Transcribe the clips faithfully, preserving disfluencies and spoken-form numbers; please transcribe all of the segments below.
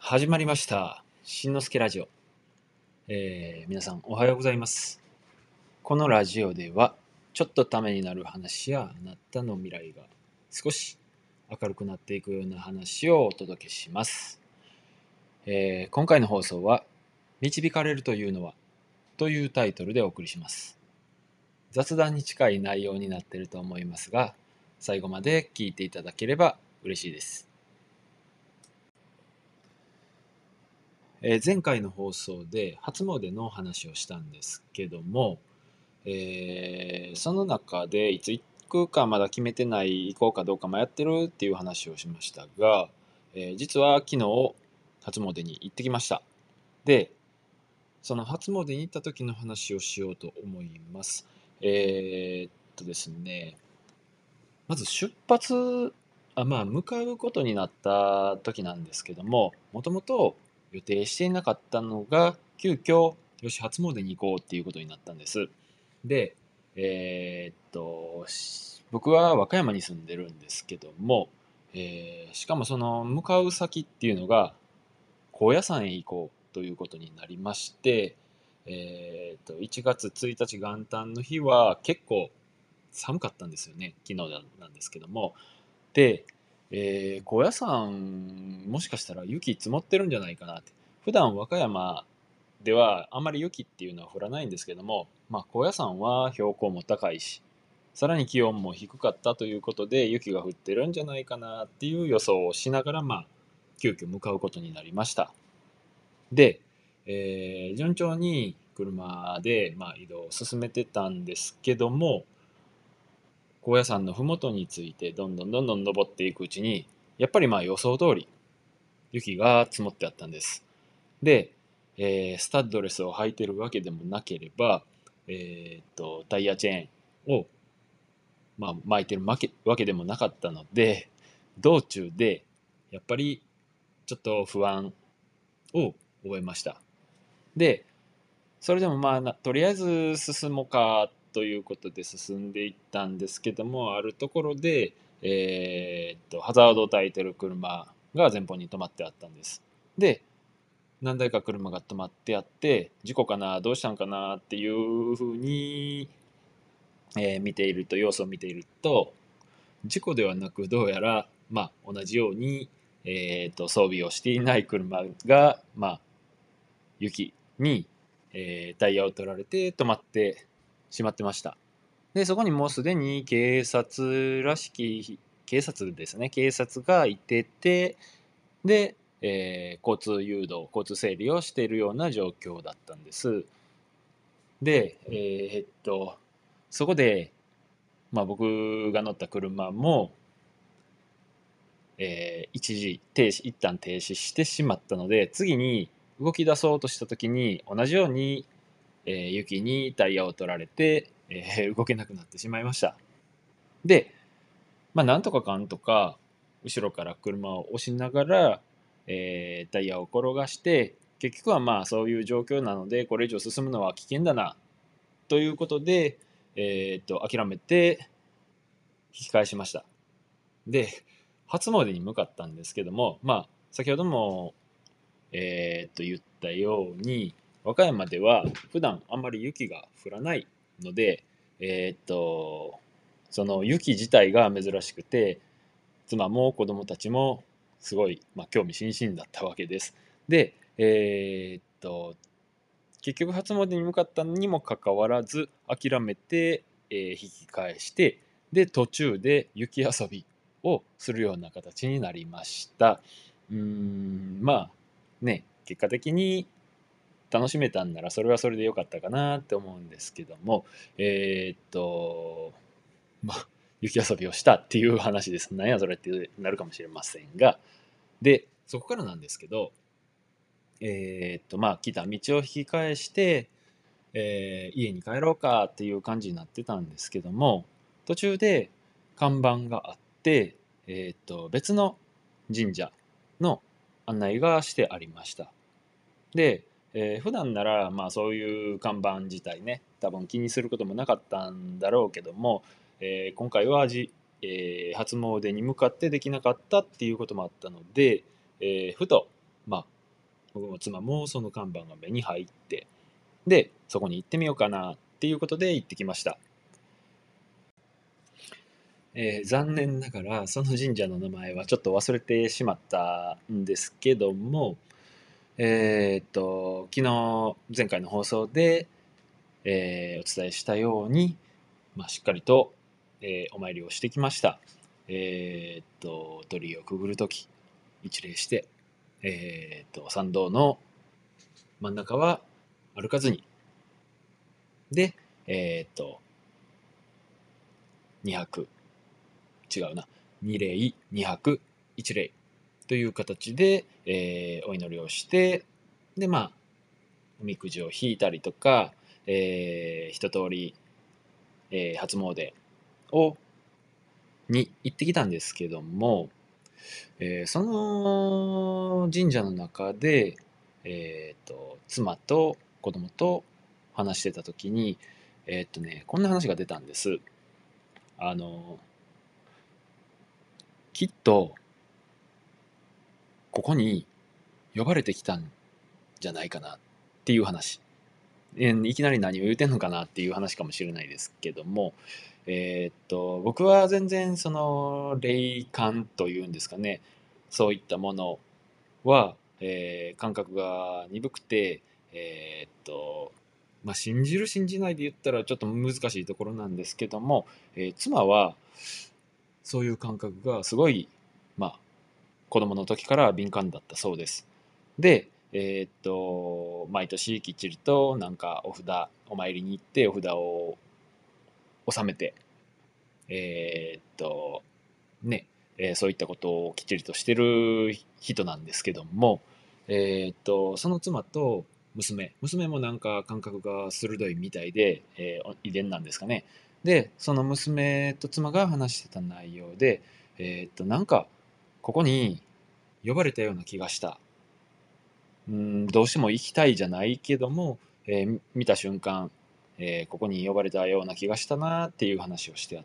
始まりました。しんのすけラジオ、えー皆さんおはようございます。このラジオでは、ちょっとためになる話やあなたの未来が少し明るくなっていくような話をお届けします。えー今回の放送は、導かれるというのはというタイトルでお送りします。雑談に近い内容になっていると思いますが、最後まで聞いていただければ嬉しいです。えー前回の放送で初詣の話をしたんですけども、えーその中でいつ行くかまだ決めてない、行こうかどうか迷ってるっていう話をしましたが、えー実は昨日初詣に行ってきました。で、その初詣に行った時の話をしようと思います。えーっとですね、まず出発、あ、まあ、向かうことになった時なんですけども、もともと予定していなかったのが、急遽、よし、初詣に行こうっていうことになったんです。で、えーっと、し僕は和歌山に住んでるんですけども、えーしかもその向かう先っていうのが、高野山へ行こうということになりまして、えーっと、いちがつついたち元旦の日は結構寒かったんですよね。昨日なんですけども。で、えー高野山、もしかしたら雪積もってるんじゃないかなって。普段和歌山ではあまり雪っていうのは降らないんですけども、まあ、高野山は標高も高いし、さらに気温も低かったということで雪が降ってるんじゃないかなっていう予想をしながら、まあ、急遽向かうことになりました。で、えー順調に車で、まあ、移動を進めてたんですけども、高野山の麓についてどんどんどんどん登っていくうちに、やっぱりまあ予想通り雪が積もってあったんです。で、えースタッドレスを履いてるわけでもなければ、えーっとタイヤチェーンを、まあ、巻いてるわけわけでもなかったので、道中でやっぱりちょっと不安を覚えました。で、それでもまあなとりあえず進もうかということで進んでいったんですけども、あるところで、えーっとハザードを焚いてる車が前方に止まってあったんです。で、何台か車が止まってあって、事故かな、どうしたんかなっていうふうに、えー見ていると、様子を見ていると、事故ではなく、どうやら、まあ、同じように、えーと装備をしていない車が、まあ、雪に、えータイヤを取られて止まってしまってました。で、そこにもうすでに警察らしき、警察ですね、警察がいてて、で、えー交通誘導、交通整理をしているような状況だったんです。で、えーっと、そこで、まあ、僕が乗った車も、えー一時停止、一旦停止してしまったので、次に動き出そうとした時に、同じように、えー雪にタイヤを取られて、えー動けなくなってしまいました。で、まあ、なんとかかんとか、後ろから車を押しながら、えータイヤを転がして、結局はまあそういう状況なので、これ以上進むのは危険だな、ということで、えーっと、諦めて引き返しました。で、初詣に向かったんですけども、まあ、先ほども、えーっと、言ったように、和歌山では普段あんまり雪が降らないので、えーっと、その雪自体が珍しくて、妻も子供たちもすごい、まあ、興味津々だったわけです。で、えーっと、結局初詣に向かったにもかかわらず諦めて、えー引き返して、で途中で雪遊びをするような形になりました。うーんまあね、結果的に楽しめたんならそれはそれで良かったかなって思うんですけども、えーっとまあ雪遊びをしたっていう話です。何やそれってなるかもしれませんが、でそこからなんですけど、えーっとまあ来た道を引き返して、えー家に帰ろうかっていう感じになってたんですけども、途中で看板があって、えーっと別の神社の案内がしてありました。で、えー普段ならまあそういう看板自体ね、多分気にすることもなかったんだろうけども、えー今回はじ、えー初詣に向かってできなかったっていうこともあったので、えーふと、まあ、 僕も妻もその看板が目に入って、でそこに行ってみようかなっていうことで行ってきました。えー残念ながらその神社の名前はちょっと忘れてしまったんですけども、えーっと昨日前回の放送で、えーお伝えしたように、まあ、しっかりと、えーお参りをしてきました。えーっと鳥居をくぐるとき一礼して、えーっと参道の真ん中は歩かずに、で、えーっとに泊、違うな、に礼に泊いち礼という形で、えーお祈りをして、でまあおみくじを引いたりとか、えー一通り、えー初詣をに行ってきたんですけども、えーその神社の中で、えーと妻と子供と話してた時に、えーっとねこんな話が出たんです。あのきっとここに呼ばれてきたんじゃないかなっていう話。えいきなり何を言うてんのかなっていう話かもしれないですけども、えーっと僕は全然その霊感というんですかね、そういったものは、えー感覚が鈍くて、えーっとまあ信じる信じないで言ったらちょっと難しいところなんですけども、えー妻はそういう感覚がすごい、まあ子供の時から敏感だったそうです。で、えーっと毎年きっちりとなんかお札お参りに行ってお札を納めて、えーっとね、えーそういったことをきっちりとしてる人なんですけども、えーっとその妻と娘娘もなんか感覚が鋭いみたいで、えー遺伝なんですかね。でその娘と妻が話してた内容で、えーっとなんかここに呼ばれたような気がした。うん、どうしても行きたいじゃないけども、えー見た瞬間、えーここに呼ばれたような気がしたなっていう話をしてあって、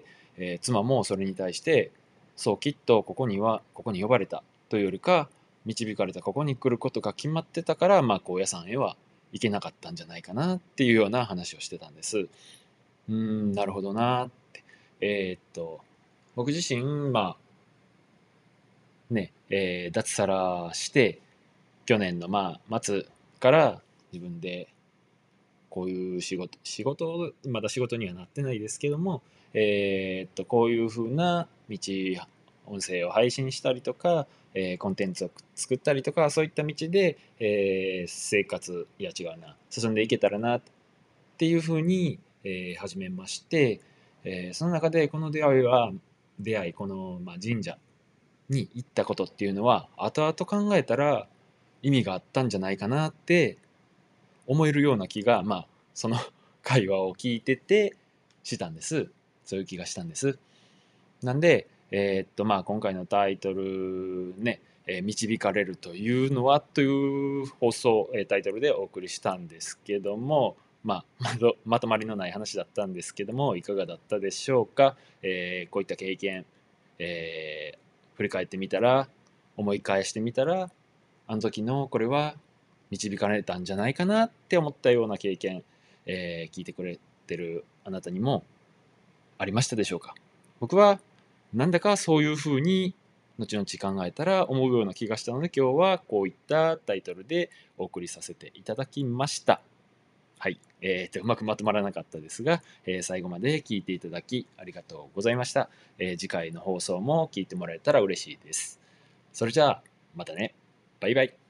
えー妻もそれに対して、そうきっとここにはここに呼ばれたというよりか、導かれたここに来ることが決まってたから、まあ高野山へは行けなかったんじゃないかなっていうような話をしてたんです。うーん、なるほどなって。えーっと僕自身、まあね、えー脱サラして去年のまあ末から自分でこういう仕事仕事まだ仕事にはなってないですけども、えーっとこういう風な道音声を配信したりとか、えーコンテンツを作ったりとか、そういった道で、えー生活いや違うな進んでいけたらなっていう風に、えー始めまして、えーその中でこの出会いは出会いこの、まあ、神社に行ったことっていうのは後々考えたら意味があったんじゃないかなって思えるような気が、まあ、その会話を聞いててしたんです。そういう気がしたんです。なんで、えーっとまあ今回のタイトルね、えー導かれるというのはという放送、えータイトルでお送りしたんですけども、まあ、まとまとまりのない話だったんですけども、いかがだったでしょうか。えーこういった経験、えー振り返ってみたら、思い返してみたら、あの時のこれは導かれたんじゃないかなって思ったような経験、えー聞いてくれてるあなたにもありましたでしょうか。僕はなんだかそういうふうに後々考えたら思うような気がしたので、今日はこういったタイトルでお送りさせていただきました。はい、えーと、うまくまとまらなかったですが、えー最後まで聞いていただきありがとうございました。えー次回の放送も聞いてもらえたら嬉しいです。それじゃあまたね。バイバイ。